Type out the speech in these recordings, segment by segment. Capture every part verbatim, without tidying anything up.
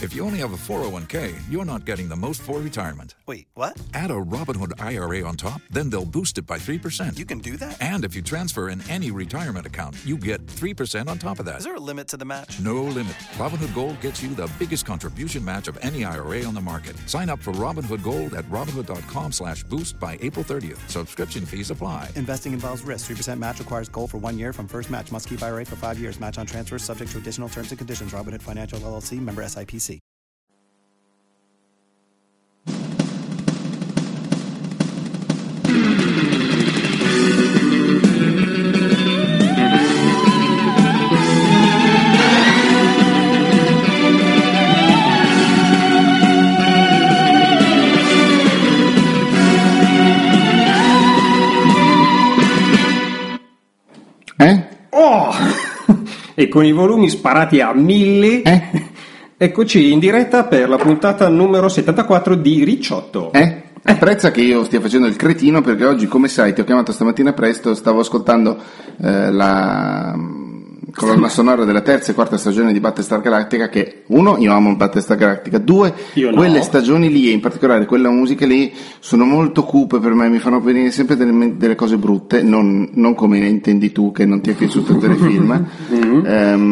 If you only have a four oh one k, you're not getting the most for retirement. Wait, what? Add a Robinhood I R A on top, then they'll boost it by three percent. You can do that? And if you transfer in any retirement account, you get three percent on top of that. Is there a limit to the match? No limit. Robinhood Gold gets you the biggest contribution match of any I R A on the market. Sign up for Robinhood Gold at Robinhood.com slash boost by April thirtieth. Subscription fees apply. Investing involves risk. three percent match requires gold for one year from first match. Must keep I R A for five years. Match on transfers subject to additional terms and conditions. Robinhood Financial L L C, member S I P C. Eh? Oh! E con i volumi sparati a mille, Eh? eccoci in diretta per la puntata numero settantaquattro di Ricciotto. Eh? Apprezza che io stia facendo il cretino perché oggi, come sai, ti ho chiamato stamattina presto, stavo ascoltando eh, la colonna sonora della terza e quarta stagione di Battlestar Galactica, che uno, io amo Battlestar Galactica, due, Io no. quelle stagioni lì e in particolare quella musica lì sono molto cupe per me, mi fanno venire sempre delle, delle cose brutte, non, non come ne intendi tu che non ti è piaciuto il telefilm, mm-hmm.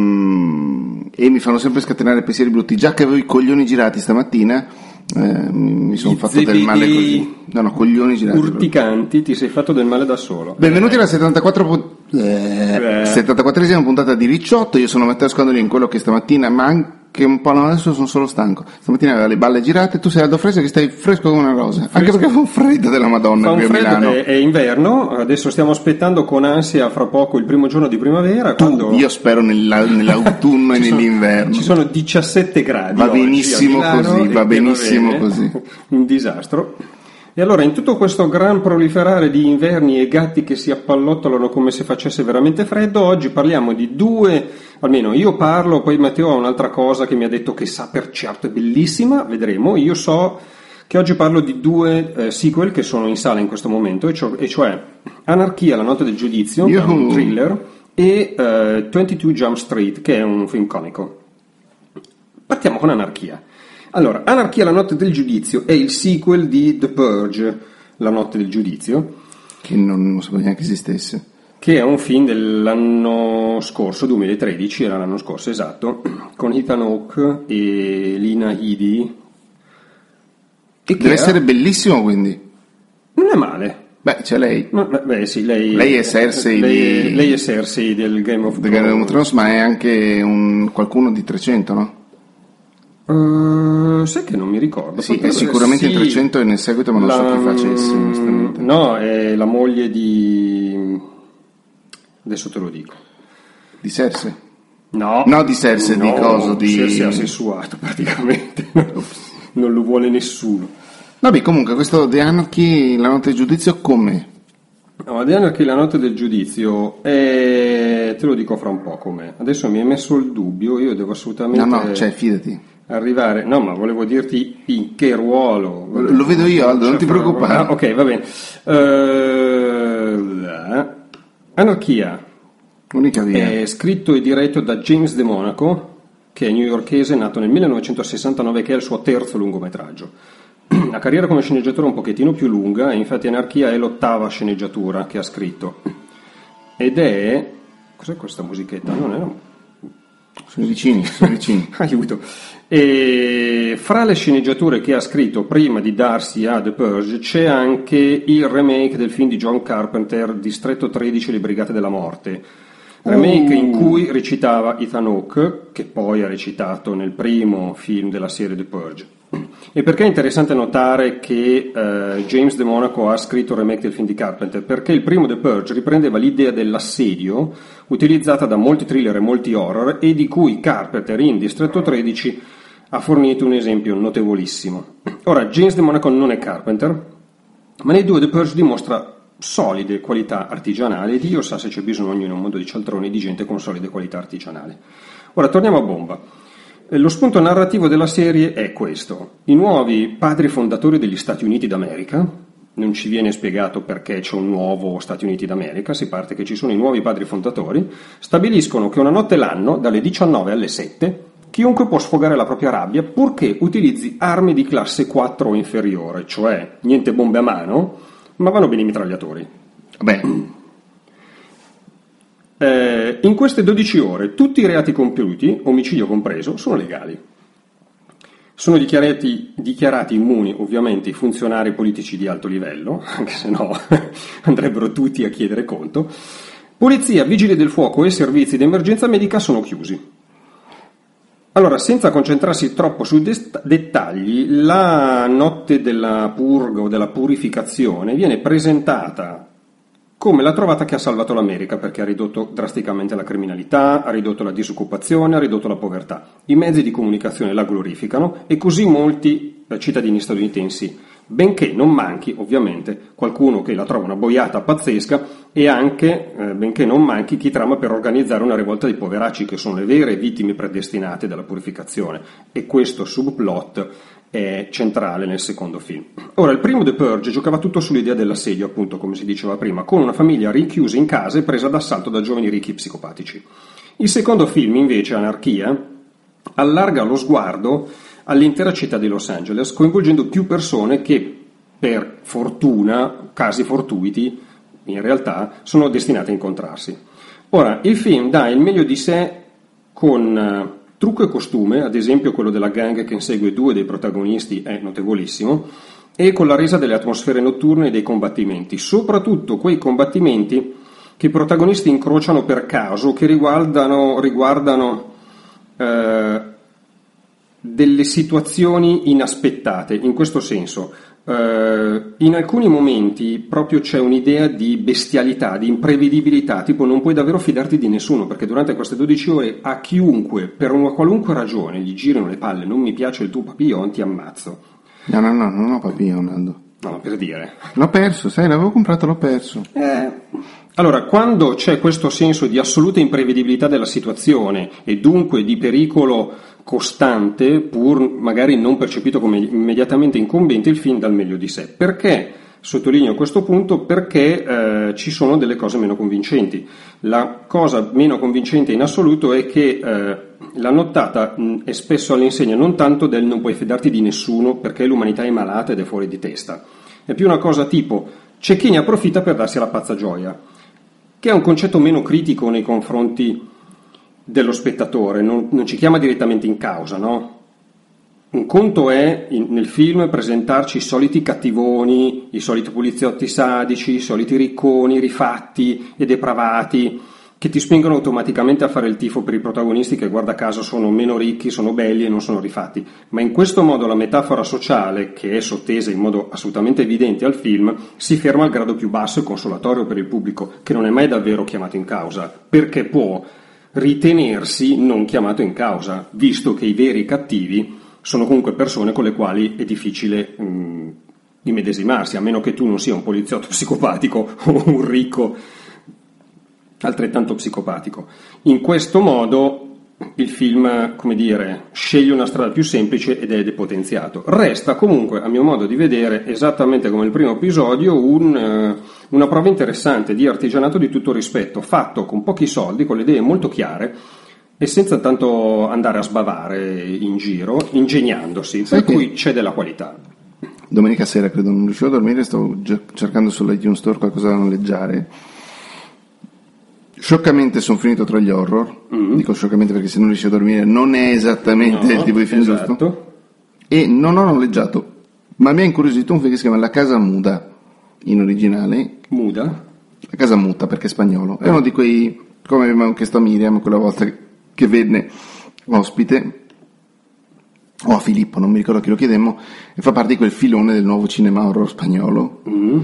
ehm, e mi fanno sempre scatenare pensieri brutti, già che avevo i coglioni girati stamattina. Eh, mi sono fatto del male così. No, no, coglioni girati. Urticanti, ti sei fatto del male da solo. Benvenuti alla settantaquattro eh, settantaquattresima puntata di Ricciotto. Io sono Matteo Scandolini, in quello che stamattina, ma anche un po', no, adesso sono solo stanco. Stamattina aveva le balle girate, tu sei Aldo Fresa che stai fresco come una rosa. Fresco. Anche perché fa un freddo della Madonna Fa qui un a freddo, Milano. è, è inverno, adesso stiamo aspettando con ansia fra poco il primo giorno di primavera. Tu, quando io spero nella, nell'autunno e ci sono- nell'inverno. Ci sono diciassette gradi. Va oggi benissimo a Milano, così, e va che benissimo bene. così. Un disastro. E allora, in tutto questo gran proliferare di inverni e gatti che si appallottolano come se facesse veramente freddo, oggi parliamo di due, almeno io parlo, poi Matteo ha un'altra cosa che mi ha detto che sa per certo, è bellissima, vedremo. Io so che oggi parlo di due eh, sequel che sono in sala in questo momento, e, cio- e cioè Anarchia, la notte del giudizio, che è un Yuhu. thriller, e eh, ventidue Jump Street, che è un film comico. Partiamo con Anarchia. Allora, Anarchia, la notte del giudizio è il sequel di The Purge, la notte del giudizio, Che non, non sapevo neanche esistesse. che è un film dell'anno scorso, duemilatredici, era l'anno scorso esatto, con Ethan Hawke e Lina Headey. E che Deve era- essere bellissimo, quindi. Non è male. Beh, c'è lei. No, beh, beh, sì, lei, Lei è Cersei lei, di- lei è Cersei del Game of The Thrones. Game of Thrones, ma è anche un qualcuno di trecento, no? Uh, sai che non mi ricordo. Sì, è Potrebbe- sicuramente in sì, trecento e nel seguito, ma non so la- chi facesse, onestamente. No, è la moglie di... Adesso te lo dico. Di Cersei? No, No, di Cersei, di no, coso, di- Cersei asessuato praticamente. Non lo vuole nessuno. Vabbè, comunque, questo The Anarchy, la notte del giudizio, com'è? No, Adriano, che la notte del giudizio è... te lo dico fra un po' com'è. Adesso mi hai messo il dubbio, io devo assolutamente... No, no, cioè, fidati. arrivare, no, ma volevo dirti in che ruolo. Lo vedo io, Aldo, non ti preoccupare. Ah, ok, va bene. Eh, Anarchia Unica via. è scritto e diretto da James De Monaco, che è newyorkese, nato nel millenovecentosessantanove, che è il suo terzo lungometraggio. La carriera come sceneggiatore è un pochettino più lunga, e infatti Anarchia è l'ottava sceneggiatura che ha scritto. Ed è... cos'è questa musichetta? Non era... Sono vicini, sono vicini. Aiuto. E fra le sceneggiature che ha scritto prima di darsi a The Purge c'è anche il remake del film di John Carpenter, Distretto tredici, Le Brigate della Morte. Remake Uh. in cui recitava Ethan Hawke, che poi ha recitato nel primo film della serie The Purge. E perché è interessante notare che eh, James De Monaco ha scritto il remake del film di Carpenter? Perché il primo The Purge riprendeva l'idea dell'assedio utilizzata da molti thriller e molti horror, e di cui Carpenter in Distretto tredici ha fornito un esempio notevolissimo. Ora, James De Monaco non è Carpenter, ma nei due The Purge dimostra solide qualità artigianali, e Dio sa se c'è bisogno in un mondo di cialtroni di gente con solide qualità artigianali. Ora torniamo a bomba. Lo spunto narrativo della serie è questo: i nuovi padri fondatori degli Stati Uniti d'America, non ci viene spiegato perché c'è un nuovo Stati Uniti d'America, si parte che ci sono i nuovi padri fondatori, stabiliscono che una notte l'anno, dalle diciannove alle sette, chiunque può sfogare la propria rabbia purché utilizzi armi di classe quattro o inferiore, cioè niente bombe a mano, ma vanno bene i mitragliatori. Beh. Eh, in queste dodici ore tutti i reati compiuti, omicidio compreso, sono legali. Sono dichiarati, dichiarati immuni ovviamente i funzionari politici di alto livello, anche se no andrebbero tutti a chiedere conto. Polizia, vigili del fuoco e servizi di emergenza medica sono chiusi. Allora, senza concentrarsi troppo sui dest- dettagli, la notte della purga o della purificazione viene presentata come la trovata che ha salvato l'America, perché ha ridotto drasticamente la criminalità, ha ridotto la disoccupazione, ha ridotto la povertà. I mezzi di comunicazione la glorificano e così molti cittadini statunitensi, benché non manchi ovviamente qualcuno che la trova una boiata pazzesca e anche, eh, benché non manchi chi trama per organizzare una rivolta di poveracci che sono le vere vittime predestinate dalla purificazione, e questo subplot è centrale nel secondo film. Ora, il primo The Purge giocava tutto sull'idea dell'assedio, appunto, come si diceva prima, con una famiglia rinchiusa in casa e presa d'assalto da giovani ricchi psicopatici. Il secondo film, invece, Anarchia, allarga lo sguardo all'intera città di Los Angeles, coinvolgendo più persone che, per fortuna, casi fortuiti, in realtà, sono destinate a incontrarsi. Ora, il film dà il meglio di sé con trucco e costume, ad esempio quello della gang che insegue due dei protagonisti è notevolissimo, e con la resa delle atmosfere notturne e dei combattimenti, soprattutto quei combattimenti che i protagonisti incrociano per caso, che riguardano, riguardano eh, delle situazioni inaspettate. In questo senso, eh, in alcuni momenti proprio c'è un'idea di bestialità, di imprevedibilità, tipo non puoi davvero fidarti di nessuno, perché durante queste dodici ore a chiunque, per una qualunque ragione, gli girano le palle, non mi piace il tuo papillon, ti ammazzo. No, no, no, non ho papillon, Nando. No, per dire. L'ho perso, sai, l'avevo comprato, l'ho perso. Eh... Allora, quando c'è questo senso di assoluta imprevedibilità della situazione e dunque di pericolo costante, pur magari non percepito come immediatamente incombente, il film dà il meglio di sé. Perché? Sottolineo questo punto perché eh, ci sono delle cose meno convincenti. La cosa meno convincente in assoluto è che eh, la nottata mh, è spesso all'insegna non tanto del non puoi fidarti di nessuno perché l'umanità è malata ed è fuori di testa. È più una cosa tipo c'è chi ne approfitta per darsi la pazza gioia, che è un concetto meno critico nei confronti dello spettatore, non, non ci chiama direttamente in causa, no? Un conto è in, nel film presentarci i soliti cattivoni, i soliti poliziotti sadici, i soliti ricconi, rifatti e depravati, che ti spingono automaticamente a fare il tifo per i protagonisti che guarda caso sono meno ricchi, sono belli e non sono rifatti. Ma in questo modo la metafora sociale, che è sottesa in modo assolutamente evidente al film, si ferma al grado più basso e consolatorio per il pubblico, che non è mai davvero chiamato in causa, perché può ritenersi non chiamato in causa, visto che i veri cattivi sono comunque persone con le quali è difficile mh, immedesimarsi, a meno che tu non sia un poliziotto psicopatico o un ricco altrettanto psicopatico. In questo modo il film, come dire, sceglie una strada più semplice ed è depotenziato. Resta comunque, a mio modo di vedere, esattamente come il primo episodio, un, uh, una prova interessante di artigianato di tutto rispetto, fatto con pochi soldi, con le idee molto chiare e senza tanto andare a sbavare in giro, ingegnandosi, per che cui c'è della qualità. Domenica sera, credo, non riuscivo a dormire, stavo cercando sull'iTunes Store qualcosa da noleggiare. Scioccamente sono finito tra gli horror, mm-hmm. Dico scioccamente perché se non riesci a dormire non è esattamente no, il tipo di film esatto. giusto. E non ho noleggiato, ma mi ha incuriosito un film che si chiama La Casa Muda, in originale. Muda? La Casa Muta, perché è spagnolo. È uno di quei, come avevamo chiesto a Miriam quella volta che venne ospite, o a Filippo, non mi ricordo chi lo chiedemmo, e fa parte di quel filone del nuovo cinema horror spagnolo. Mm.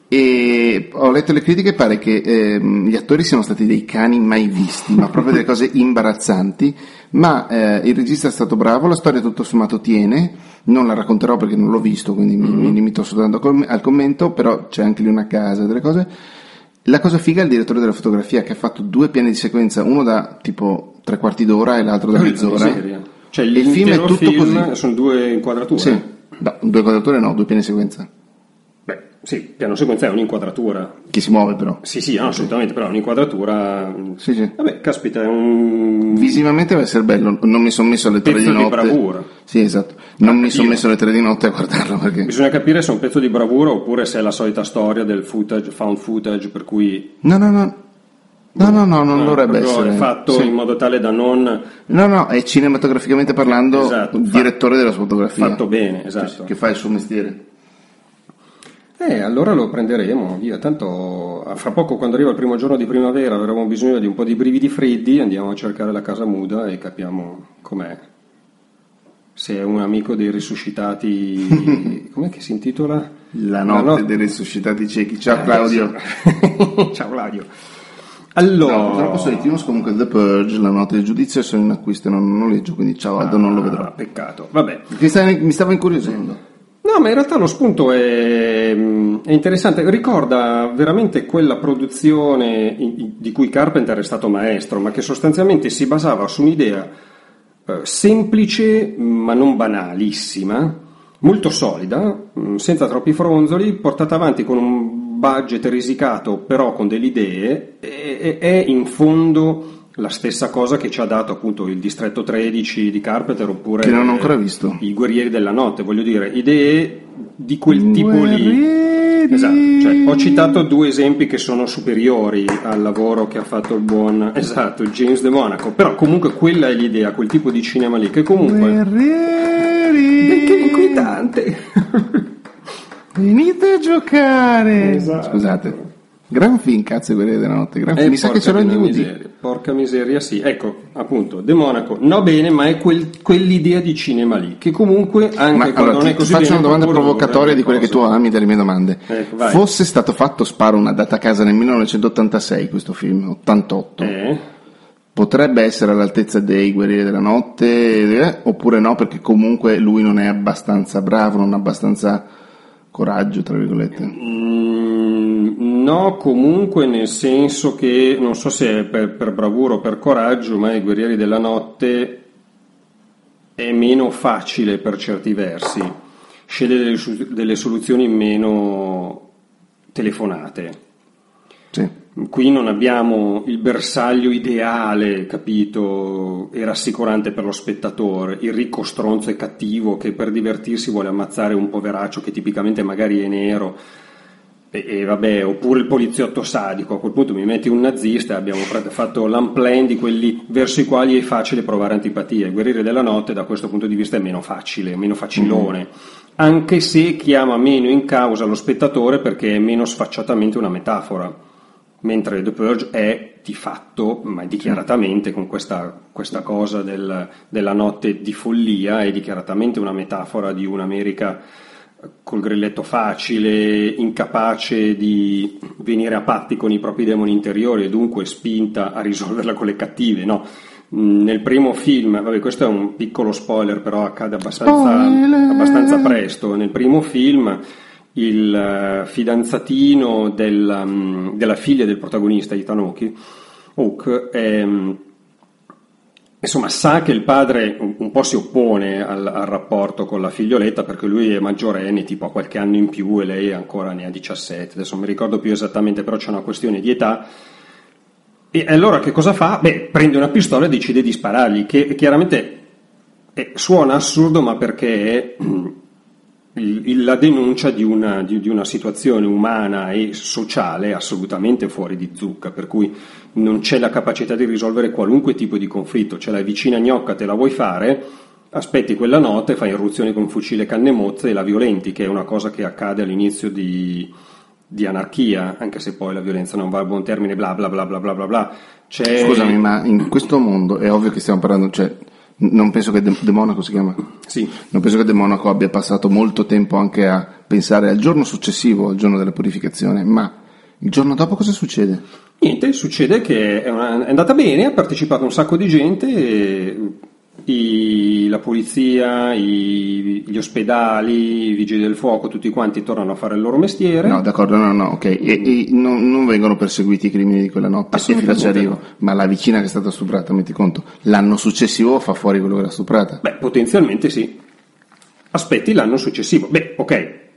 E ho letto le critiche e pare che eh, gli attori siano stati dei cani mai visti, ma proprio delle cose imbarazzanti, ma eh, il regista è stato bravo, la storia tutto sommato tiene, non la racconterò perché non l'ho visto, quindi mm-hmm. mi, mi limito soltanto al commento, però c'è anche lì una casa, delle cose. La cosa figa è il direttore della fotografia che ha fatto due piani di sequenza, uno da tipo tre quarti d'ora e l'altro da mezz'ora. Cioè il film è tutto film, così. Sono due inquadrature? Sì, no, due inquadrature no, due piani di sequenza. Beh. sì, piano sequenziale è un'inquadratura. Che si muove però. Sì, sì, no, assolutamente, però è un'inquadratura... Sì, sì. Vabbè, caspita, è un... Visivamente deve essere bello, non mi sono messo alle tre pezzo di notte. di bravura. Sì, esatto. Non Ah, mi sono io- messo alle tre di notte a guardarlo perché... Bisogna capire se è un pezzo di bravura oppure se è la solita storia del footage, found footage, per cui... No, no, no. No, no, no, non Ah, dovrebbe proprio essere. è fatto Sì. in modo tale da non... No, no, è cinematograficamente parlando Esatto, il fa- direttore della fotografia. Fatto bene, esatto. Che fa il suo mestiere. Eh, allora lo prenderemo, via, tanto fra poco quando arriva il primo giorno di primavera avremo bisogno di un po' di brividi freddi, andiamo a cercare la casa muda e capiamo com'è. Se è un amico dei risuscitati, com'è che si intitola? La notte dei risuscitati ciechi. Ciao Claudio. Ciao Claudio. Allora, No, purtroppo sono i Timos, comunque The Purge, la notte del giudizio, sono in acquisto e non, non leggo, quindi ciao Aldo, non lo vedrò. Ah, peccato, vabbè. Mi stava, mi stava incuriosendo. No, ma in realtà lo spunto è, è interessante, ricorda veramente quella produzione in- di cui Carpenter è stato maestro, ma che sostanzialmente si basava su un'idea eh, semplice ma non banalissima, molto solida, mh, senza troppi fronzoli, portata avanti con un budget risicato però con delle idee, e- e- è in fondo la stessa cosa che ci ha dato appunto il Distretto tredici di Carpenter oppure Che non ho ancora visto. i Guerrieri della Notte, voglio dire, idee di quel tipo lì. Guerrieri. Esatto, cioè, ho citato due esempi che sono superiori al lavoro che ha fatto il buon, esatto, James De Monaco, però comunque quella è l'idea, quel tipo di cinema lì, che comunque... Guerrieri. Che inquietante! Venite a giocare. Esatto. Scusate. Gran film, cazzo, Guerrieri della Notte. Gran Eh, film. Mi sa che ce l'ho in D V D. miseria, porca miseria, sì. Ecco, appunto, De Monaco, no bene, ma è quel- quell'idea di cinema lì, che comunque, anche Ma quando allora non ti, è ti così faccio bene, una domanda propone provocatoria di quelle che tu cose. ami delle mie domande. Ecco, vai. Fosse stato fatto, sparo una data a casa, nel millenovecentottantasei questo film, ottantotto, Eh? potrebbe essere all'altezza dei Guerrieri della Notte, eh, oppure no, perché comunque lui non è abbastanza bravo, non ha abbastanza coraggio, tra virgolette. Mm, no, comunque nel senso che non so se è per, per bravura o per coraggio, ma i Guerrieri della Notte è meno facile per certi versi, sceglie delle, su- delle soluzioni meno telefonate. Sì. Qui non abbiamo il bersaglio ideale, capito, e rassicurante per lo spettatore, il ricco stronzo e cattivo che per divertirsi vuole ammazzare un poveraccio che tipicamente magari è nero, e, e vabbè, oppure il poliziotto sadico. A quel punto mi metti un nazista e abbiamo prat- fatto l'unplan di quelli verso i quali è facile provare antipatia. Il Guerriere della Notte da questo punto di vista è meno facile, meno facilone, anche se chiama meno in causa lo spettatore perché è meno sfacciatamente una metafora. Mentre The Purge è di fatto, ma dichiaratamente, con questa, questa cosa del, della notte di follia, è dichiaratamente una metafora di un'America col grilletto facile, incapace di venire a patti con i propri demoni interiori e dunque spinta a risolverla con le cattive, no? Nel primo film, vabbè, questo è un piccolo spoiler, però accade abbastanza, abbastanza presto. Nel primo film il fidanzatino del, um, della figlia del protagonista, Ethan Hawke, Hawke è, insomma, sa che il padre un, un po' si oppone al, al rapporto con la figlioletta perché lui è maggiorenne, tipo ha qualche anno in più e lei ancora ne ha diciassette, adesso non mi ricordo più esattamente, però c'è una questione di età. E allora che cosa fa? Beh, prende una pistola e decide di sparargli, che chiaramente eh, suona assurdo, ma perché è il, il, la denuncia di una, di, di una situazione umana e sociale assolutamente fuori di zucca, per cui non c'è la capacità di risolvere qualunque tipo di conflitto. C'è la vicina gnocca, te la vuoi fare, aspetti quella notte, fai irruzione con fucile canne mozze e la violenti, che è una cosa che accade all'inizio di... di anarchia, anche se poi la violenza non va a buon termine, bla bla bla bla bla bla bla. C'è... Scusami, ma in questo mondo è ovvio che stiamo parlando, cioè non penso che De, De Monaco si chiama? Sì. Non penso che De Monaco abbia passato molto tempo anche a pensare al giorno successivo, al giorno della purificazione, ma il giorno dopo cosa succede? Niente, succede che è, una, è andata bene, ha partecipato un sacco di gente, e i, la polizia, i, gli ospedali, i vigili del fuoco, tutti quanti tornano a fare il loro mestiere. No, d'accordo, no, no, ok, e, e non, non vengono perseguiti i crimini di quella notte, e fino ci arrivo, no. Ma la vicina che è stata stuprata, metti conto, l'anno successivo fa fuori quello che l'ha stuprata? Beh, potenzialmente sì. Aspetti l'anno successivo. Beh, ok,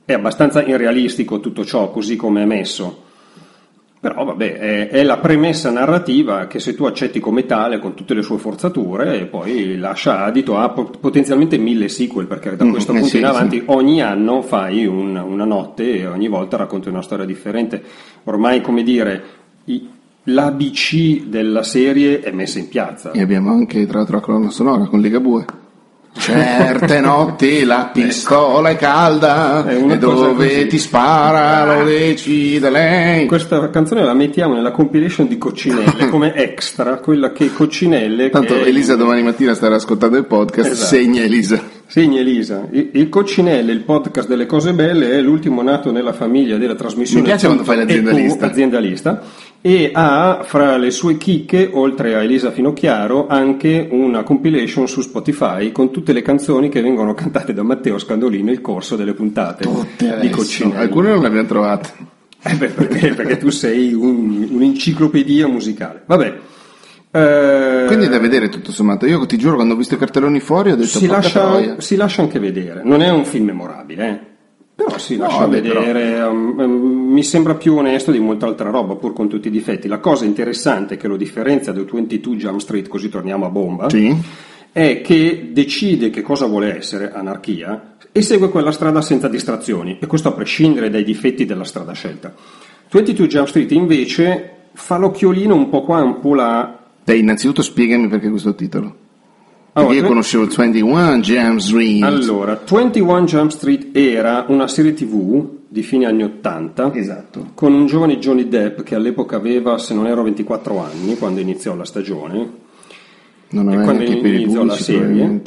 è abbastanza irrealistico tutto ciò, così come è messo. Però vabbè, è, è la premessa narrativa che se tu accetti come tale, con tutte le sue forzature, e poi lascia adito a potenzialmente mille sequel, perché da questo mm, punto sì, in avanti sì. ogni anno fai un, una notte e ogni volta racconti una storia differente. Ormai, come dire, i, l'A B C della serie è messa in piazza. E abbiamo anche tra l'altro la colonna sonora con Ligabue. Certe notti la pistola è calda e dove così. Ti spara lo decide lei. Questa canzone la mettiamo nella compilation di Coccinelle come extra, quella che Coccinelle tanto che Elisa è... domani mattina starà ascoltando il podcast, esatto. Segna Elisa segna Elisa il, il Coccinelle, il podcast delle cose belle, è l'ultimo nato nella famiglia della trasmissione. Mi piace quando fai l'aziendalista aziendalista e ha fra le sue chicche, oltre a Elisa Finocchiaro, anche una compilation su Spotify con tutte le canzoni che vengono cantate da Matteo Scandolino nel corso delle puntate tutte di Coccinelle. Alcune non le abbiamo trovate. Eh beh, perché, perché tu sei un, un'enciclopedia musicale. Vabbè. Eh, Quindi è da vedere tutto sommato. Io ti giuro, quando ho visto i cartelloni fuori ho detto si lascia, si lascia anche vedere. Non è un film memorabile, eh. Però si lascia no, vedere, um, um, mi sembra più onesto di molta altra roba, pur con tutti i difetti. La cosa interessante che lo differenzia da ventidue Jump Street, così torniamo a bomba, sì. è che decide che cosa vuole essere, anarchia, e segue quella strada senza distrazioni, e questo a prescindere dai difetti della strada scelta. ventidue Jump Street invece fa l'occhiolino un po' qua, un po' là. Beh, innanzitutto spiegami perché questo titolo. Allora, io conoscevo ventuno Jump Street. Allora, ventuno Jump Street era una serie tivù di fine anni ottanta, esatto, con un giovane Johnny Depp che all'epoca aveva, se non ero ventiquattro anni, quando iniziò la stagione, non e quando neanche iniziò la serie.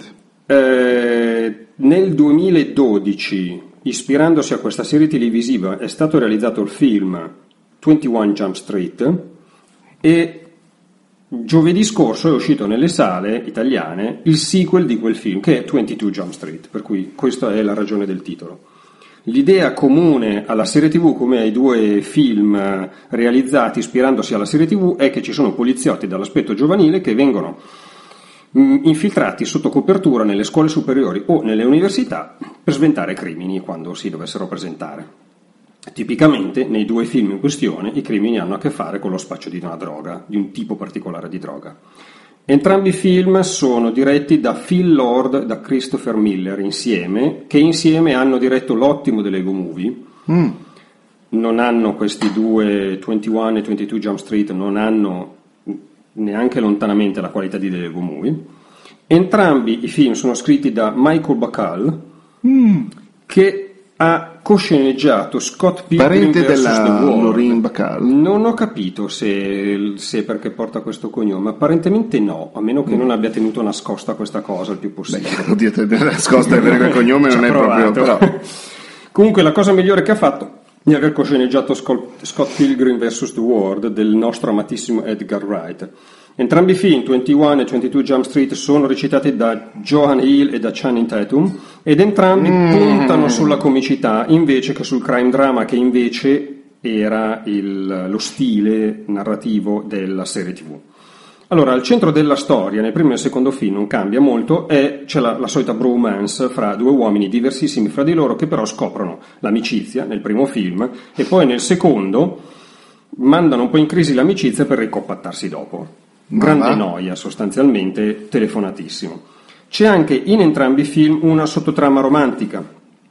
Eh, nel duemiladodici, ispirandosi a questa serie televisiva, è stato realizzato il film ventuno Jump Street e giovedì scorso è uscito nelle sale italiane il sequel di quel film, che è ventidue Jump Street, per cui questa è la ragione del titolo. L'idea comune alla serie tivù come ai due film realizzati ispirandosi alla serie tivù è che ci sono poliziotti dall'aspetto giovanile che vengono infiltrati sotto copertura nelle scuole superiori o nelle università per sventare crimini quando si dovessero presentare. Tipicamente nei due film in questione i crimini hanno a che fare con lo spaccio di una droga, di un tipo particolare di droga. Entrambi i film sono diretti da Phil Lord e da Christopher Miller insieme, che insieme hanno diretto l'ottimo The Lego Movie. Mm. Non hanno questi due, ventuno e ventidue Jump Street, non hanno neanche lontanamente la qualità di The Lego Movie. Entrambi i film sono scritti da Michael Bacall, mm. che ha cosceneggiato Scott Pilgrim parente versus della The World. Maureen Bacall. Non ho capito se, se perché porta questo cognome, apparentemente no, a meno che mm. non abbia tenuto nascosta questa cosa il più possibile. Beh, oddio, tenere nascosta per quel cognome non è provato. proprio però. Comunque la cosa migliore che ha fatto di aver cosceneggiato Scott Pilgrim versus The World del nostro amatissimo Edgar Wright. Entrambi i film, ventuno e ventidue Jump Street, sono recitati da Joanne Hill e da Channing Tatum ed entrambi mm. puntano sulla comicità invece che sul crime drama, che invece era il, lo stile narrativo della serie tivù. Allora, al centro della storia, nel primo e nel secondo film non cambia molto, è, c'è la, la solita bromance fra due uomini diversissimi fra di loro che però scoprono l'amicizia nel primo film e poi nel secondo mandano un po' in crisi l'amicizia per ricompattarsi dopo. Grande noia, sostanzialmente, telefonatissimo. C'è anche in entrambi i film una sottotrama romantica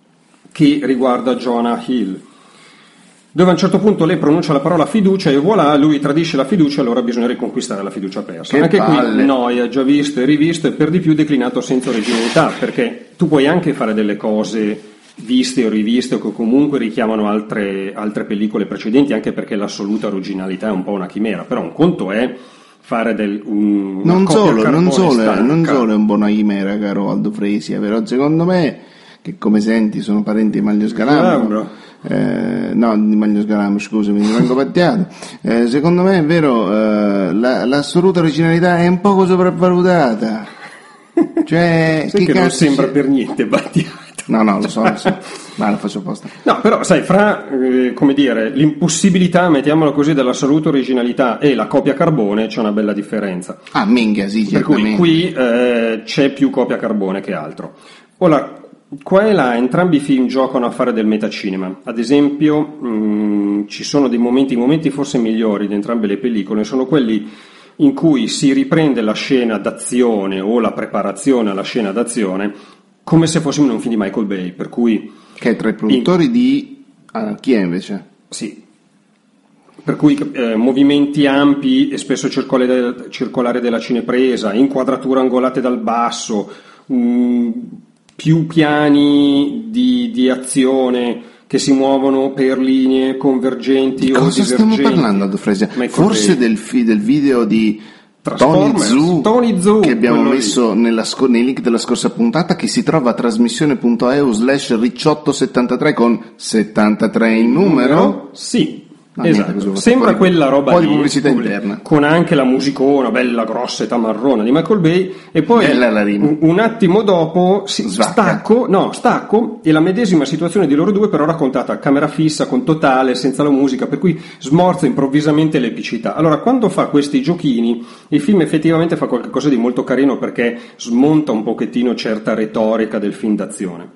che riguarda Jonah Hill, dove a un certo punto lei pronuncia la parola fiducia e voilà, lui tradisce la fiducia, allora bisogna riconquistare la fiducia persa. Che anche palle. Qui noia, già visto e rivisto e per di più declinato senza originalità, perché tu puoi anche fare delle cose viste o riviste o che comunque richiamano altre, altre pellicole precedenti, anche perché l'assoluta originalità è un po' una chimera, però un conto è fare del, un, una non solo, non solo, stanca. non solo è un po' una chimera, caro Aldo Fresia, però secondo me, che come senti sono parenti di Maglio Scalambro, eh, no, di Maglio Scalambro, scusami, mi vengo pattiato, eh, secondo me è vero, eh, la, l'assoluta originalità è un poco sopravvalutata, cioè sai che, che non sembra c'è? Per niente battiato. No, no, lo so, lo so, ma lo faccio apposta. No, però sai, fra, eh, come dire, l'impossibilità, mettiamola così, dell'assoluta originalità e la copia carbone c'è una bella differenza. Ah, minchia, sì, per certamente. cui qui eh, c'è più copia carbone che altro. Ora, qua e là entrambi i film giocano a fare del metacinema. Ad esempio, mh, ci sono dei momenti, i momenti forse migliori di entrambe le pellicole, sono quelli in cui si riprende la scena d'azione o la preparazione alla scena d'azione come se fossimo in un film di Michael Bay, per cui... Che è tra i produttori in... di Anarchia, invece. Sì. Per cui eh, movimenti ampi e spesso circolare, circolare della cinepresa, inquadrature angolate dal basso, mh, più piani di, di azione che si muovono per linee convergenti di o cosa divergenti. Stiamo parlando, Aldo Fresia? Forse del, fi, del video di Tony Zhu, Tony Zhu che abbiamo messo nella, nei link della scorsa puntata, che si trova a trasmissione punto e u slash ricciotto settantatré con settantatré in numero. Sì. Ah, esatto, niente, sembra quella roba un po' lì, di pubblicità interna, con anche la musicona bella grossa e tamarrona di Michael Bay, e poi un, un attimo dopo si, stacco, no, stacco e la medesima situazione di loro due però raccontata a camera fissa, con totale, senza la musica, per cui smorza improvvisamente l'epicità. Allora, quando fa questi giochini il film effettivamente fa qualcosa di molto carino, perché smonta un pochettino certa retorica del film d'azione.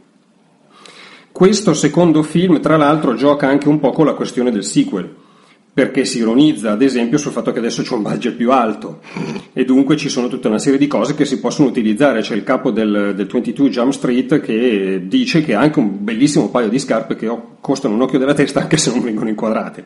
Questo secondo film, tra l'altro, gioca anche un po' con la questione del sequel, perché si ironizza, ad esempio, sul fatto che adesso c'è un budget più alto e dunque ci sono tutta una serie di cose che si possono utilizzare. C'è il capo del, del ventidue Jump Street che dice che ha anche un bellissimo paio di scarpe che costano un occhio della testa anche se non vengono inquadrate.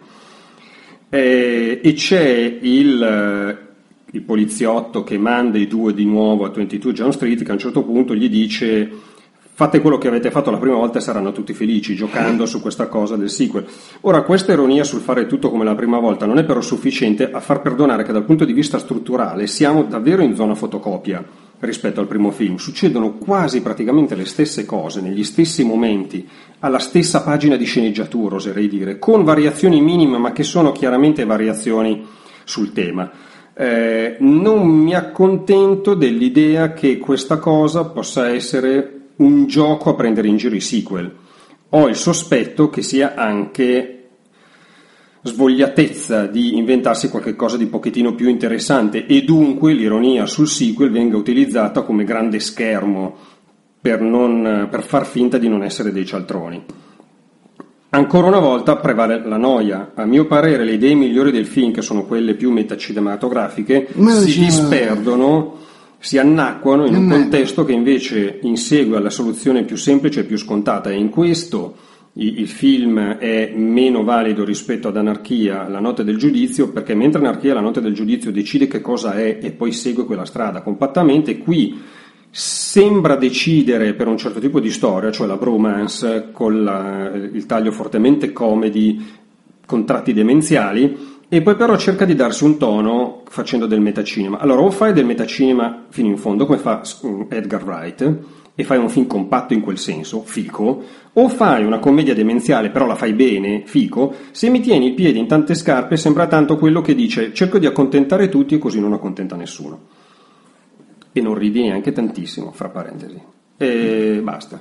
E, e c'è il, il poliziotto che manda i due di nuovo a ventidue Jump Street, che a un certo punto gli dice: fate quello che avete fatto la prima volta e saranno tutti felici, giocando su questa cosa del sequel. Ora, questa ironia sul fare tutto come la prima volta non è però sufficiente a far perdonare che dal punto di vista strutturale siamo davvero in zona fotocopia rispetto al primo film. Succedono quasi praticamente le stesse cose, negli stessi momenti, alla stessa pagina di sceneggiatura, oserei dire, con variazioni minime ma che sono chiaramente variazioni sul tema. Eh, non mi accontento dell'idea che questa cosa possa essere un gioco a prendere in giro i sequel. Ho il sospetto che sia anche svogliatezza di inventarsi qualche cosa di pochettino più interessante e dunque l'ironia sul sequel venga utilizzata come grande schermo per, non, per far finta di non essere dei cialtroni. Ancora una volta prevale la noia. A mio parere le idee migliori del film, che sono quelle più metacinematografiche, Ma si disperdono, si annacquano in un contesto che invece insegue alla soluzione più semplice e più scontata, e in questo il film è meno valido rispetto ad Anarchia, la notte del giudizio, perché mentre Anarchia, la notte del giudizio, decide che cosa è e poi segue quella strada compattamente, qui sembra decidere per un certo tipo di storia, cioè la bromance con la, il taglio fortemente comedy con tratti demenziali, e poi però cerca di darsi un tono facendo del metacinema. Allora, o fai del metacinema fino in fondo come fa Edgar Wright e fai un film compatto in quel senso, fico, o fai una commedia demenziale però la fai bene, fico. Se mi tieni i piedi in tante scarpe sembra tanto quello che dice: cerco di accontentare tutti e così non accontenta nessuno, e non ridi neanche tantissimo, fra parentesi, e basta.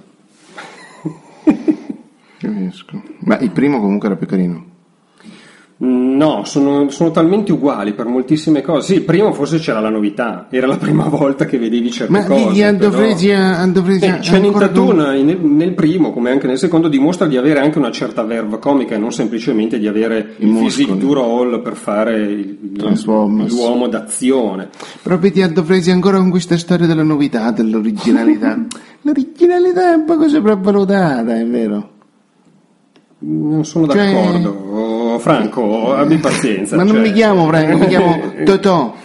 Capisco. Ma il primo comunque era più carino. No, sono, sono talmente uguali per moltissime cose. Sì, il primo forse c'era la novità, era la prima volta che vedevi certe Ma cose. Ma eh, Channing Tatum nel, nel primo, come anche nel secondo, dimostra di avere anche una certa verve comica e non semplicemente di avere I il physique du rôle per fare il, l'uomo d'azione. Però vedi, Aldo Fresi, ancora con questa storia della novità, dell'originalità. L'originalità è un po' sopravvalutata, è vero? Non sono cioè... d'accordo, Franco, abbi pazienza. Ma cioè... non mi chiamo Franco, mi chiamo Totò.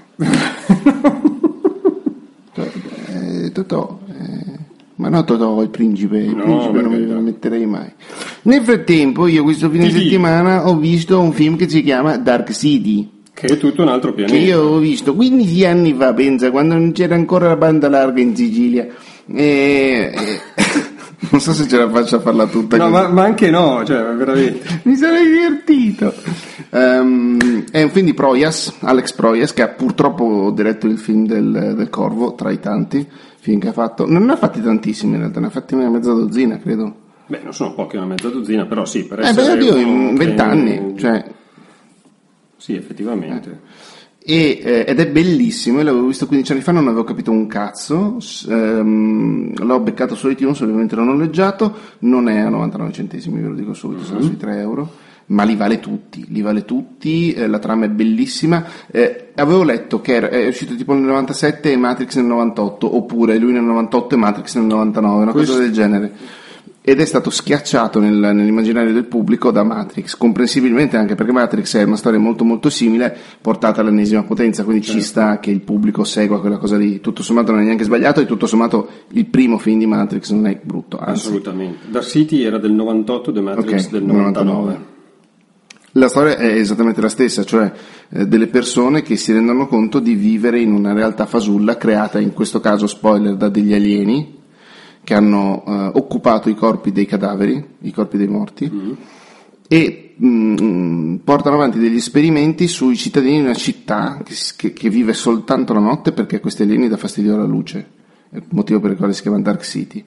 eh, Totò, eh, ma no Totò, il principe, il no, principe non me lo metterei mai. Nel frattempo, io questo fine T V. settimana ho visto un film che si chiama Dark City. Che è tutto un altro pianeta. Che io ho visto quindici anni fa, pensa, quando non c'era ancora la banda larga in Sicilia. E... non so se ce la faccio a farla tutta. No, ma, ma anche no, cioè veramente. Mi sarei divertito. Um, è un film di Proyas, Alex Proyas, che ha purtroppo diretto il film del, del Corvo, tra i tanti film che ha fatto. Non ne ha fatti tantissimi in realtà, ne ha fatti una mezza dozzina, credo. Beh, non sono pochi, una mezza dozzina, però sì, per eh, essere beh, io in vent'anni, cioè... Sì, effettivamente. E, eh, ed è bellissimo. Io l'avevo visto quindici anni fa, non avevo capito un cazzo, ehm, l'ho beccato su iTunes, ovviamente l'ho noleggiato, non è a novantanove centesimi, ve lo dico subito, sono sui tre euro, ma li vale tutti, li vale tutti, eh, la trama è bellissima. Eh, avevo letto che era, è uscito tipo nel novantasette e Matrix nel novantotto, oppure lui nel novantotto e Matrix nel novantanove, una Questo... cosa del genere. Ed è stato schiacciato nel, nell'immaginario del pubblico da Matrix, comprensibilmente, anche perché Matrix è una storia molto molto simile, portata all'ennesima potenza, quindi certo. Ci sta che il pubblico segua quella cosa lì. Tutto sommato non è neanche sbagliato, e tutto sommato il primo film di Matrix non è brutto, anzi. Assolutamente. Dark City era del novantotto, The Matrix okay, del novantanove. novantanove. La storia è esattamente la stessa, cioè eh, delle persone che si rendono conto di vivere in una realtà fasulla creata, in questo caso spoiler, da degli alieni che hanno eh, occupato i corpi dei cadaveri, i corpi dei morti, mm. e mh, portano avanti degli esperimenti sui cittadini di una città che, che, che vive soltanto la notte, perché a questi alieni dà fastidio la luce, è il motivo per il quale si chiama Dark City.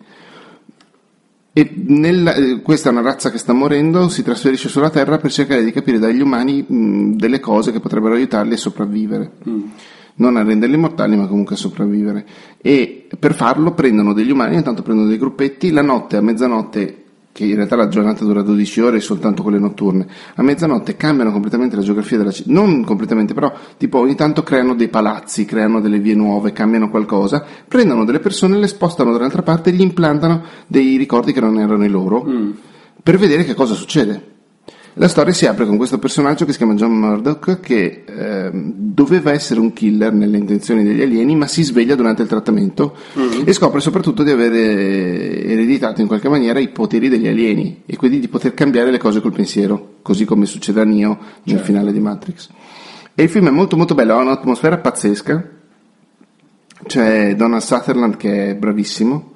E nella, eh, questa è una razza che sta morendo, si trasferisce sulla Terra per cercare di capire dagli umani mh, delle cose che potrebbero aiutarli a sopravvivere. Mm. Non a renderli mortali, ma comunque a sopravvivere. E per farlo prendono degli umani, intanto prendono dei gruppetti, la notte, a mezzanotte, che in realtà la giornata dura dodici ore, soltanto quelle notturne, a mezzanotte cambiano completamente la geografia della città, non completamente, però tipo ogni tanto creano dei palazzi, creano delle vie nuove, cambiano qualcosa, prendono delle persone, le spostano dall'altra parte e gli implantano dei ricordi che non erano i loro, mm. per vedere che cosa succede. La storia si apre con questo personaggio che si chiama John Murdoch, che eh, doveva essere un killer nelle intenzioni degli alieni, ma si sveglia durante il trattamento mm-hmm. e scopre soprattutto di avere ereditato in qualche maniera i poteri degli alieni, e quindi di poter cambiare le cose col pensiero, così come succede a Neo nel certo. finale di Matrix. E il film è molto molto bello, ha un'atmosfera pazzesca. C'è Donald Sutherland che è bravissimo.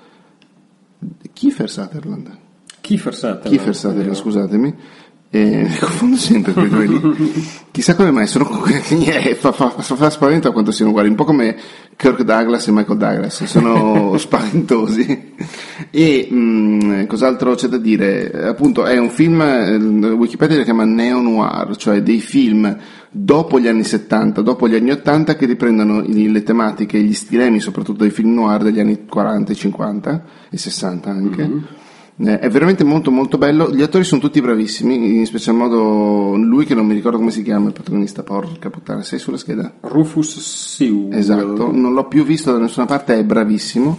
Kiefer Sutherland. Kiefer Sutherland. Kiefer Sutherland, scusatemi. E mi confondo sempre quei due lì. Chissà come mai sono fa, fa, fa spavento quanto siano uguali, un po' come Kirk Douglas e Michael Douglas, sono spaventosi. E mh, cos'altro c'è da dire? Appunto è un film, Wikipedia lo chiama neo noir, cioè dei film dopo gli anni settanta, dopo gli anni ottanta, che riprendono le tematiche e gli stilemi soprattutto dei film noir degli anni quaranta, cinquanta e sessanta anche. Mm-hmm. È veramente molto molto bello, gli attori sono tutti bravissimi, in special modo lui che non mi ricordo come si chiama, il protagonista, porca puttana, sei sulla scheda? Rufus Sewell. Esatto, non l'ho più visto da nessuna parte, è bravissimo.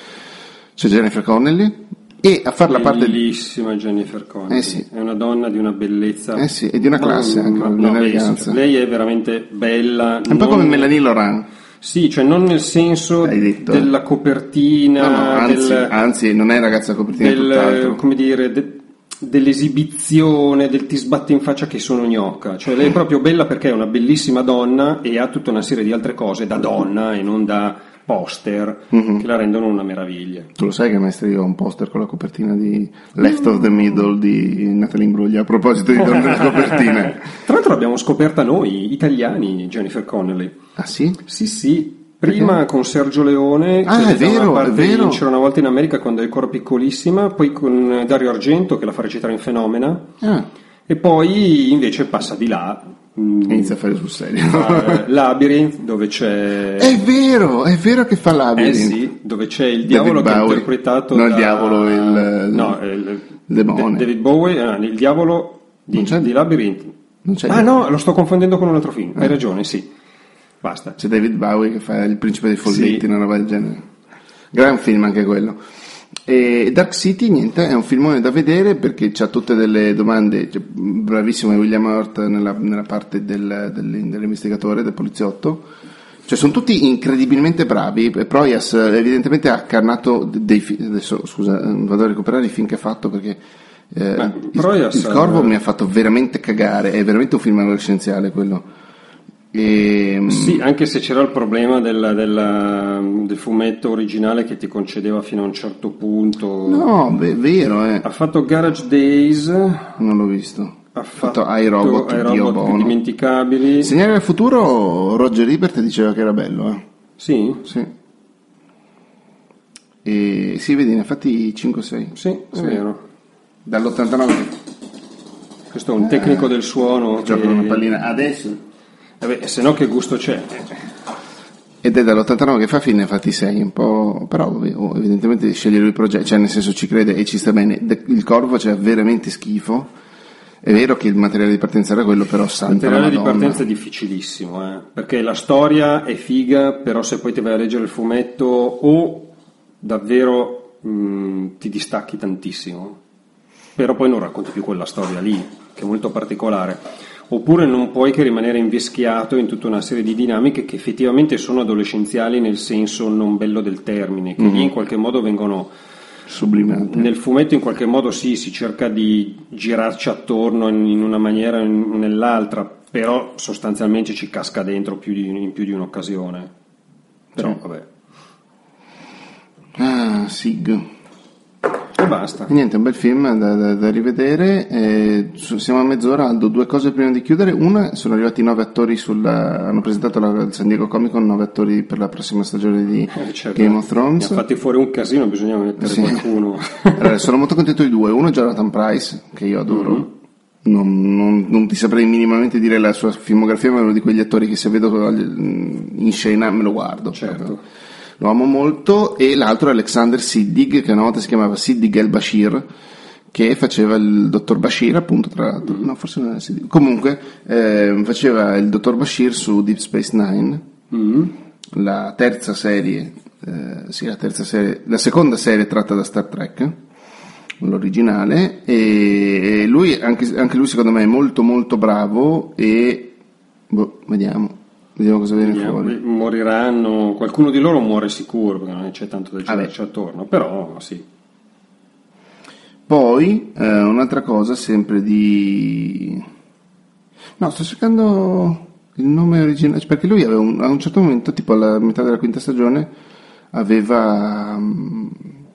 C'è Jennifer Connelly e a far la parte... Bellissima Jennifer Connelly, eh sì. È una donna di una bellezza... Eh sì, e di una classe anche, ma, di no, un'eleganza. Lei è veramente bella. È un po' come Melanie Laurent. Sì, cioè non nel senso detto, della copertina, no, no, anzi, del, anzi non è ragazza copertina, del, tutt'altro. Come dire, de, dell'esibizione, del ti sbatte in faccia che sono gnocca, cioè lei è proprio bella perché è una bellissima donna e ha tutta una serie di altre cose da donna e non da poster, mm-hmm. che la rendono una meraviglia. Tu lo sai che maestro io ho un poster con la copertina di Left of the Middle di Natalie Imbruglia, a proposito di donne delle copertine. Tra l'altro l'abbiamo scoperta noi, italiani, Jennifer Connelly. Ah sì? Sì, sì. Prima Perché? Con Sergio Leone, ah, che è vero, è vero. C'era una volta in America quando è ancora piccolissima, poi con Dario Argento che la fa recitare in Fenomena, ah. e poi invece passa di là. E inizia a fare sul serio. Uh, Labyrinth, dove c'è... È vero, è vero che fa Labyrinth. Eh sì, dove c'è il diavolo che è interpretato no, da... il diavolo, il... No, il... il demone. David Bowie, ah, il diavolo di, di Labyrinth. Non c'è ah no, lo sto confondendo con un altro film, eh. Hai ragione, sì. Basta. C'è David Bowie che fa il principe dei folletti, sì. Una roba del genere. Gran film anche quello. E Dark City, niente, è un filmone da vedere perché c'ha tutte delle domande, cioè, bravissimo William Hurt nella, nella parte del, del, dell'investigatore, del poliziotto, cioè sono tutti incredibilmente bravi. Proyas evidentemente ha carnato dei film, adesso scusa, vado a recuperare i film che ha fatto perché eh, Beh, il, Proyas, il Corvo eh... mi ha fatto veramente cagare, è veramente un film adolescenziale quello. E... Sì, anche se c'era il problema del, del, del fumetto originale che ti concedeva fino a un certo punto. No, è vero, eh. Ha fatto Garage Days. Non l'ho visto. Ha fatto, fatto iRobot, iRobot indimenticabili. Segnare del futuro, Roger Ebert diceva che era bello, eh. Sì? Sì. E sì, vedi, ne ha fatti cinque sei. Sì, è sì. vero. Dall'ottantanove. Questo è un tecnico eh, del suono. Gioca che... una pallina adesso. Vabbè, se no che gusto c'è? Ed è dall'ottantanove che fa film, ne ha fatti sei, un po', però evidentemente sceglie lui i progetti, cioè nel senso ci crede e ci sta bene. Il Corvo faceva veramente schifo, è vero che il materiale di partenza era quello, però santa il materiale la di partenza è difficilissimo, eh? Perché la storia è figa, però se poi ti vai a leggere il fumetto o davvero mh, ti distacchi tantissimo, però poi non racconti più quella storia lì, che è molto particolare. Oppure non puoi che rimanere invischiato in tutta una serie di dinamiche che effettivamente sono adolescenziali nel senso non bello del termine, che mm-hmm. lì in qualche modo vengono sublimate. Nel fumetto in qualche modo sì, si cerca di girarci attorno in, in una maniera o nell'altra, però sostanzialmente ci casca dentro più di, in più di un'occasione. Però sì. Vabbè. Ah, Sig. E basta. Niente, un bel film da, da, da rivedere. Eh, siamo a mezz'ora, Aldo, due cose prima di chiudere. Una, sono arrivati nove attori sulla, hanno presentato la, il San Diego Comic Con, nove attori per la prossima stagione di eh, certo. Game of Thrones. Ne ha fatti fuori un casino, bisogna mettere sì. qualcuno. Allora, sono molto contento di due. Uno è Jonathan Pryce, che io adoro. Mm-hmm. Non, non, non ti saprei minimamente dire la sua filmografia, ma è uno di quegli attori che se vedo in scena me lo guardo. Certo. Proprio. Lo amo molto. E l'altro è Alexander Siddig, che una volta si chiamava Siddig el-Bashir, che faceva il dottor Bashir, appunto, tra l'altro. No, forse non era Siddig. Comunque, eh, faceva il dottor Bashir su Deep Space Nine, mm-hmm. la terza serie, eh, sì, la terza serie, la seconda serie tratta da Star Trek, l'originale, e lui, anche, anche lui secondo me è molto molto bravo e, boh, vediamo. Vediamo cosa viene Vediamo, fuori. Moriranno, qualcuno di loro muore sicuro, perché non c'è tanto da girarci attorno, però sì. Poi, eh, un'altra cosa, sempre di... No, sto cercando il nome originale, perché lui aveva un, a un certo momento, tipo alla metà della quinta stagione, aveva... Um,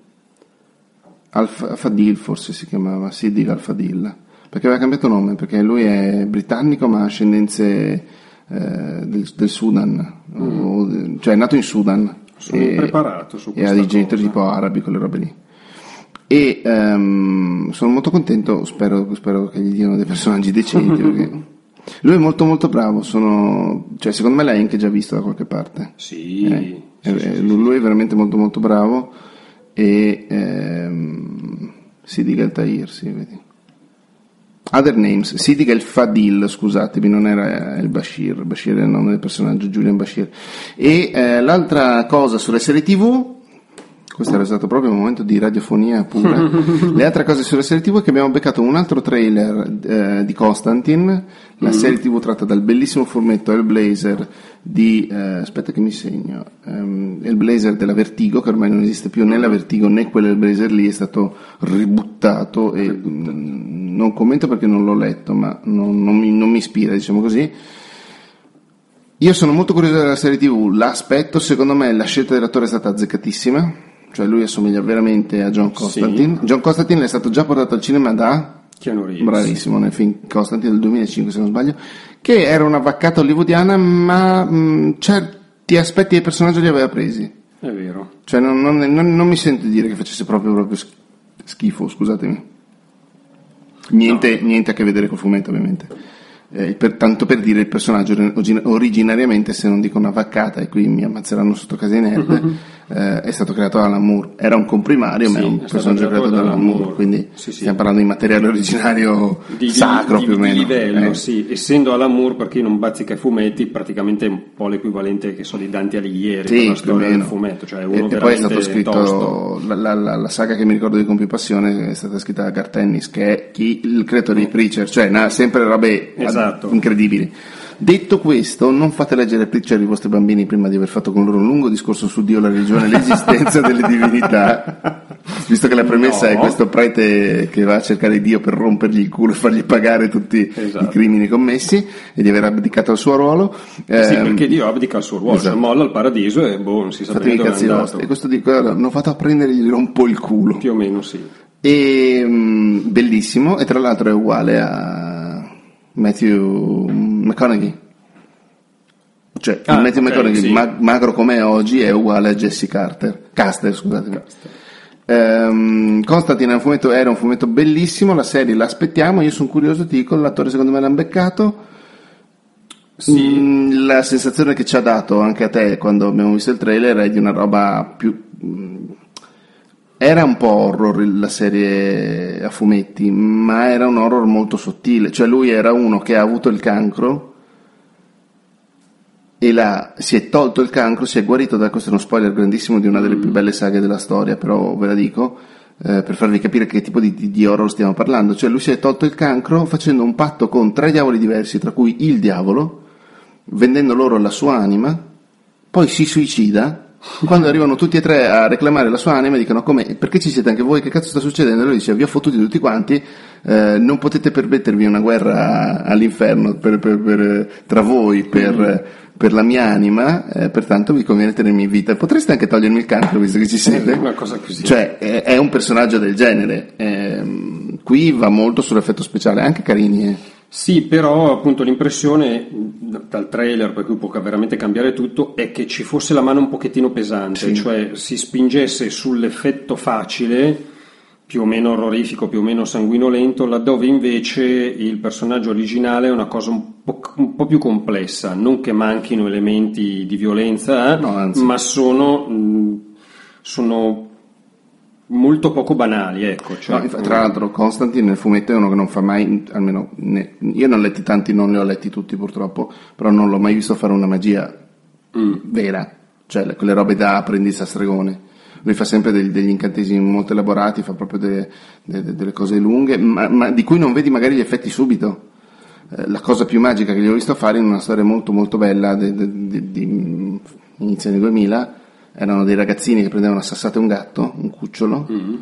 Alf, Fadil forse si chiamava, Siddig Al-Fadil, perché aveva cambiato nome, perché lui è britannico ma ha ascendenze... Eh, del, del Sudan, mm. o, cioè è nato in Sudan. Sono e, preparato su e ha dei genitori tipo arabi, quelle robe lì. E um, sono molto contento, spero, spero che gli diano dei personaggi decenti. Perché lui è molto molto bravo. Sono, cioè, secondo me l'hai anche già visto da qualche parte. Sì, eh, sì, è, sì, lui sì. è veramente molto molto bravo. E ehm, Siddig El-Tahir, sì, vedi. Other names, Siddig El-Fadil, scusatemi, non era il Bashir, Bashir è il nome del personaggio, Julian Bashir. E eh, l'altra cosa sulle serie tivù, questo era stato proprio un momento di radiofonia pura, le altre cose sulle serie tivù è che abbiamo beccato un altro trailer eh, di Constantine, la mm-hmm. serie tivù tratta dal bellissimo fumetto Hellblazer di, eh, aspetta che mi segno, um, Hellblazer della Vertigo, che ormai non esiste più né la Vertigo né quello Hellblazer lì, è stato ributtato e mh, non commento perché non l'ho letto, ma non, non, mi, non mi ispira, diciamo così. Io sono molto curioso della serie tivù, l'aspetto, secondo me la scelta dell'attore è stata azzeccatissima, cioè lui assomiglia veramente a John Constantine. Sì. John Constantine è stato già portato al cinema da Keanu Reeves, bravissimo, nel film Constantine del duemilacinque se non sbaglio, che era una vaccata hollywoodiana, ma mh, certi aspetti del personaggio li aveva presi. È vero. Cioè non, non, non, non mi sento dire che facesse proprio, proprio schifo, scusatemi. Niente, no. Niente a che vedere col fumetto, ovviamente. Eh, per, tanto per dire, il personaggio originariamente, se non dico una vaccata, e qui mi ammazzeranno sotto casa in nerd, eh, è stato creato da Alan Moore. Era un comprimario, sì, ma è un è personaggio creato da Alan Moore, Moore, quindi sì, sì. Stiamo parlando di materiale originario di, sacro di, più o meno. Di livello, eh. Sì. Essendo Alan Moore, per chi non bazzica i fumetti, praticamente è un po' l'equivalente che so di Dante Alighieri, sì, per la storia del fumetto. Cioè uno e, e poi è stato scritto, la, la, la, la saga che mi ricordo di con più passione è stata scritta da Garth Ennis, che è chi, il creatore di Preacher, cioè na, sempre robe esatto. incredibili. Detto questo, non fate leggere Preacher ai vostri bambini prima di aver fatto con loro un lungo discorso su Dio, la religione e l'esistenza delle divinità, visto che la premessa no. è questo prete che va a cercare Dio per rompergli il culo e fargli pagare tutti esatto. i crimini commessi e di aver abdicato al suo ruolo. Eh, sì, perché Dio abdica al suo ruolo, esatto. cioè molla il paradiso e boh, non si sa bene dove è andato. E questo dico, allora, non fate a prendere e gli rompo il culo. Più o meno sì. E mh, bellissimo, e tra l'altro è uguale a Matthew McConaughey, cioè ah, Matthew okay, McConaughey sì. mag- magro come è oggi è uguale a Jesse Carter Caster scusatemi um, Constantine è un fumetto, era un fumetto bellissimo, la serie l'aspettiamo, io sono curioso, ti dico, l'attore secondo me l'hanno beccato, Sì. Mm, la sensazione che ci ha dato anche a te quando abbiamo visto il trailer è di una roba più... Era un po' horror la serie a fumetti, ma era un horror molto sottile. Cioè lui era uno che ha avuto il cancro e la, si è tolto il cancro, si è guarito da, questo è uno spoiler grandissimo di una delle più belle saghe della storia, però ve la dico, eh, per farvi capire che tipo di, di, di horror stiamo parlando. Cioè lui si è tolto il cancro facendo un patto con tre diavoli diversi, tra cui il diavolo, vendendo loro la sua anima, poi si suicida. Quando arrivano tutti e tre a reclamare la sua anima dicono: come, perché ci siete anche voi, che cazzo sta succedendo? E lui dice: vi ho fottuti tutti quanti, eh, non potete permettervi una guerra all'inferno per, per, per, tra voi per, mm. per la mia anima, eh, pertanto vi conviene tenermi in vita. Potreste anche togliermi il cancro visto che ci siete. Una cosa così. Cioè è, è un personaggio del genere, eh, qui va molto sull'effetto speciale, anche carini, eh. Sì, però appunto l'impressione dal trailer, per cui può veramente cambiare tutto, è che ci fosse la mano un pochettino pesante, sì. Cioè si spingesse sull'effetto facile, più o meno orrorifico, più o meno sanguinolento, laddove invece il personaggio originale è una cosa un po', un po' più complessa, non che manchino elementi di violenza, eh, no, ma sono, sono molto poco banali, ecco. Cioè, no, tra l'altro Constantine nel fumetto è uno che non fa mai, almeno ne, io non ho letti tanti, non li ho letti tutti purtroppo, però non l'ho mai visto fare una magia mm. vera, cioè quelle robe da apprendista a stregone. Lui fa sempre degli, degli incantesimi molto elaborati, fa proprio delle, delle, delle cose lunghe, ma, ma di cui non vedi magari gli effetti subito. Eh, la cosa più magica che gli ho visto fare in una storia molto molto bella di inizio anni duemila, erano dei ragazzini che prendevano a sassate un gatto, un cucciolo, mm-hmm.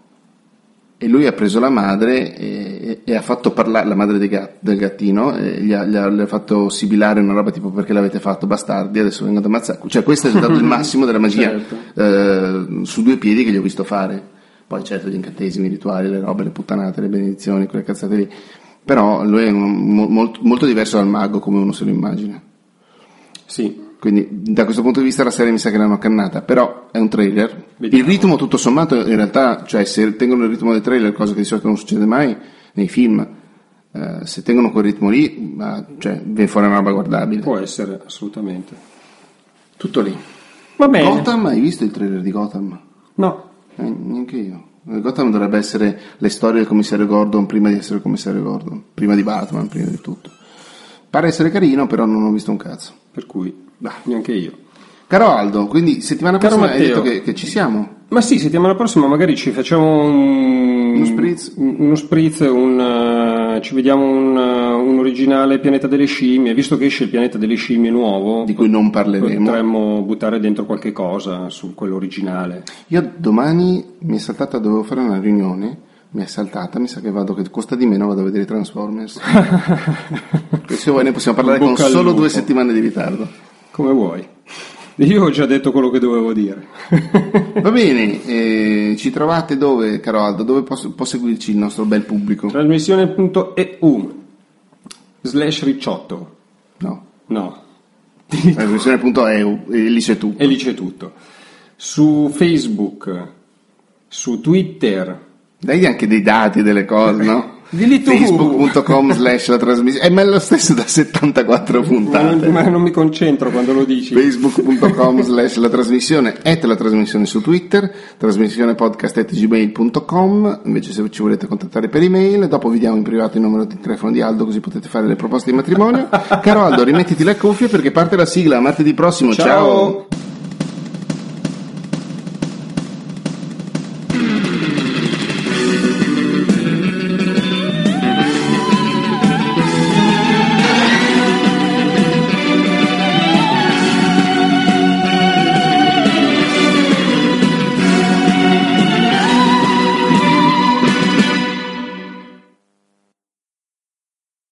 e lui ha preso la madre e, e ha fatto parlare, la madre del, gat, del gattino, e gli ha, gli, ha, gli ha fatto sibilare una roba tipo: perché l'avete fatto, bastardi, adesso vengo ad ammazzare. Cioè questo è stato il massimo della magia, certo. eh, su due piedi che gli ho visto fare. Poi certo gli incantesimi, i rituali, le robe, le puttanate, le benedizioni, quelle cazzate lì, però lui è un, molto, molto diverso dal mago come uno se lo immagina. Sì. Quindi da questo punto di vista la serie mi sa che l'hanno accannata, però è un trailer. Vediamo. Il ritmo tutto sommato in realtà, cioè se tengono il ritmo del trailer, cosa che di solito non succede mai nei film, eh, se tengono quel ritmo lì, eh, cioè viene fuori una roba guardabile. Può essere, assolutamente. Tutto lì. Va bene. Gotham, hai visto il trailer di Gotham? No. Eh, neanche io. Gotham dovrebbe essere le storie del commissario Gordon prima di essere il commissario Gordon, prima di Batman, prima di tutto. Pare essere carino, però non ho visto un cazzo. Per cui bah, neanche io. Caro Aldo, quindi settimana Caro prossima Matteo, hai detto che, che ci siamo? Ma sì, settimana prossima magari ci facciamo un, uno spritz, uno spritz un, uh, ci vediamo un, uh, un originale Pianeta delle Scimmie, visto che esce il Pianeta delle Scimmie nuovo, di cui non parleremo. Potremmo buttare dentro qualche cosa su quello originale. Io domani mi è saltata, dovevo fare una riunione, mi è saltata, mi sa che vado, che costa di meno, vado a vedere Transformers. Se vuoi ne possiamo parlare con solo due settimane di ritardo. Come vuoi. Io ho già detto quello che dovevo dire. Va bene, eh, ci trovate dove, caro Aldo? Dove può, può seguirci il nostro bel pubblico? Trasmissione punto e u slash ricciotto. No. No. Trasmissione punto e u, e lì c'è tutto. E lì c'è tutto. Su Facebook, su Twitter. Dai anche dei dati, delle cose, no? Dilli tu. Facebook punto com slash la trasmissione. Eh, ma è lo stesso da settantaquattro puntate. Ma, ma non mi concentro quando lo dici. Facebook punto com slash la trasmissione, at la trasmissione su Twitter, trasmissione podcast at gmail punto com. Invece se ci volete contattare per email, dopo vi diamo in privato il numero di telefono di Aldo, così potete fare le proposte di matrimonio. Caro Aldo, rimettiti le cuffie perché parte la sigla. Martedì prossimo. Ciao. Ciao.